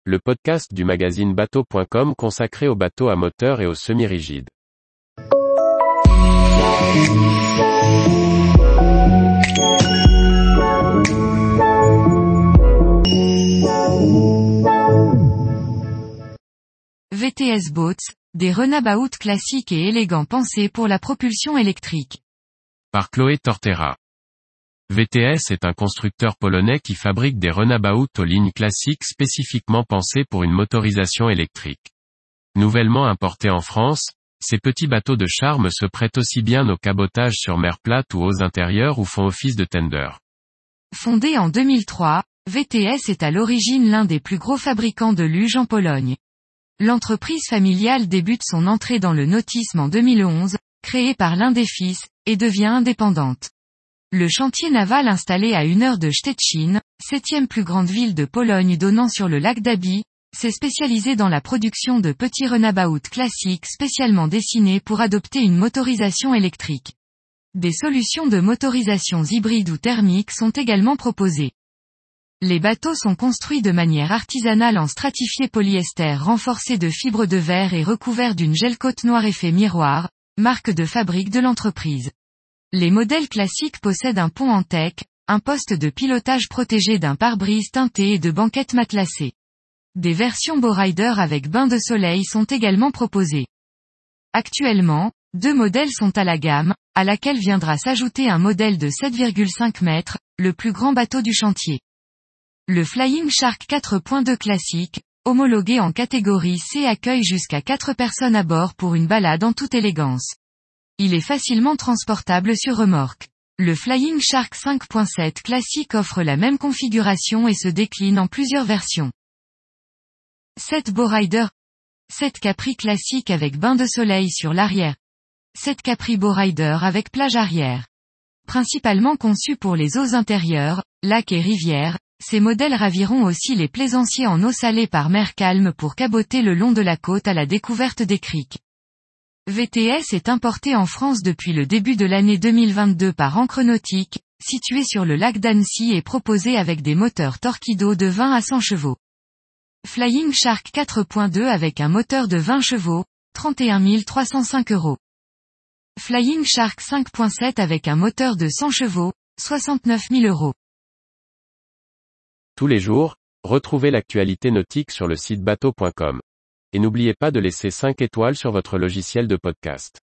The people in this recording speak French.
le podcast du magazine bateau.com consacré aux bateaux à moteur et aux semi-rigides. VTS Boats, des runabouts classiques et élégants pensés pour la propulsion électrique. Par Chloé Tortera. VTS est un constructeur polonais qui fabrique des runabouts aux lignes classiques spécifiquement pensés pour une motorisation électrique. Nouvellement importés en France, ces petits bateaux de charme se prêtent aussi bien au cabotage sur mer plate ou eaux intérieures ou font office de tender. Fondé en 2003, VTS est à l'origine l'un des plus gros fabricants de luge en Pologne. L'entreprise familiale débute son entrée dans le nautisme en 2011, créée par l'un des fils, et devient indépendante. Le chantier naval installé à 1 heure de Szczecin, 7e plus grande ville de Pologne donnant sur le lac d'Abi, s'est spécialisé dans la production de petits runabouts classiques spécialement dessinés pour adopter une motorisation électrique. Des solutions de motorisations hybrides ou thermiques sont également proposées. Les bateaux sont construits de manière artisanale en stratifié polyester renforcé de fibres de verre et recouverts d'une gel-coat noir effet miroir, marque de fabrique de l'entreprise. Les modèles classiques possèdent un pont en teck, un poste de pilotage protégé d'un pare-brise teinté et de banquettes matelassées. Des versions Bowrider avec bain de soleil sont également proposées. Actuellement, 2 modèles sont à la gamme, à laquelle viendra s'ajouter un modèle de 7,5 mètres, le plus grand bateau du chantier. Le Flying Shark 4.2 classique, homologué en catégorie C, accueille jusqu'à 4 personnes à bord pour une balade en toute élégance. Il est facilement transportable sur remorque. Le Flying Shark 5.7 classique offre la même configuration et se décline en plusieurs versions. 7 Bowrider, 7 Capri classique avec bain de soleil sur l'arrière. 7 Capri Bowrider avec plage arrière. Principalement conçus pour les eaux intérieures, lacs et rivières, ces modèles raviront aussi les plaisanciers en eau salée par mer calme pour caboter le long de la côte à la découverte des criques. VTS est importé en France depuis le début de l'année 2022 par Ancre Nautique, situé sur le lac d'Annecy et proposé avec des moteurs Torqeedo de 20 à 100 chevaux. Flying Shark 4.2 avec un moteur de 20 chevaux, 31 305 €. Flying Shark 5.7 avec un moteur de 100 chevaux, 69 000 €. Tous les jours, retrouvez l'actualité nautique sur le site bateau.com. Et n'oubliez pas de laisser 5 étoiles sur votre logiciel de podcast.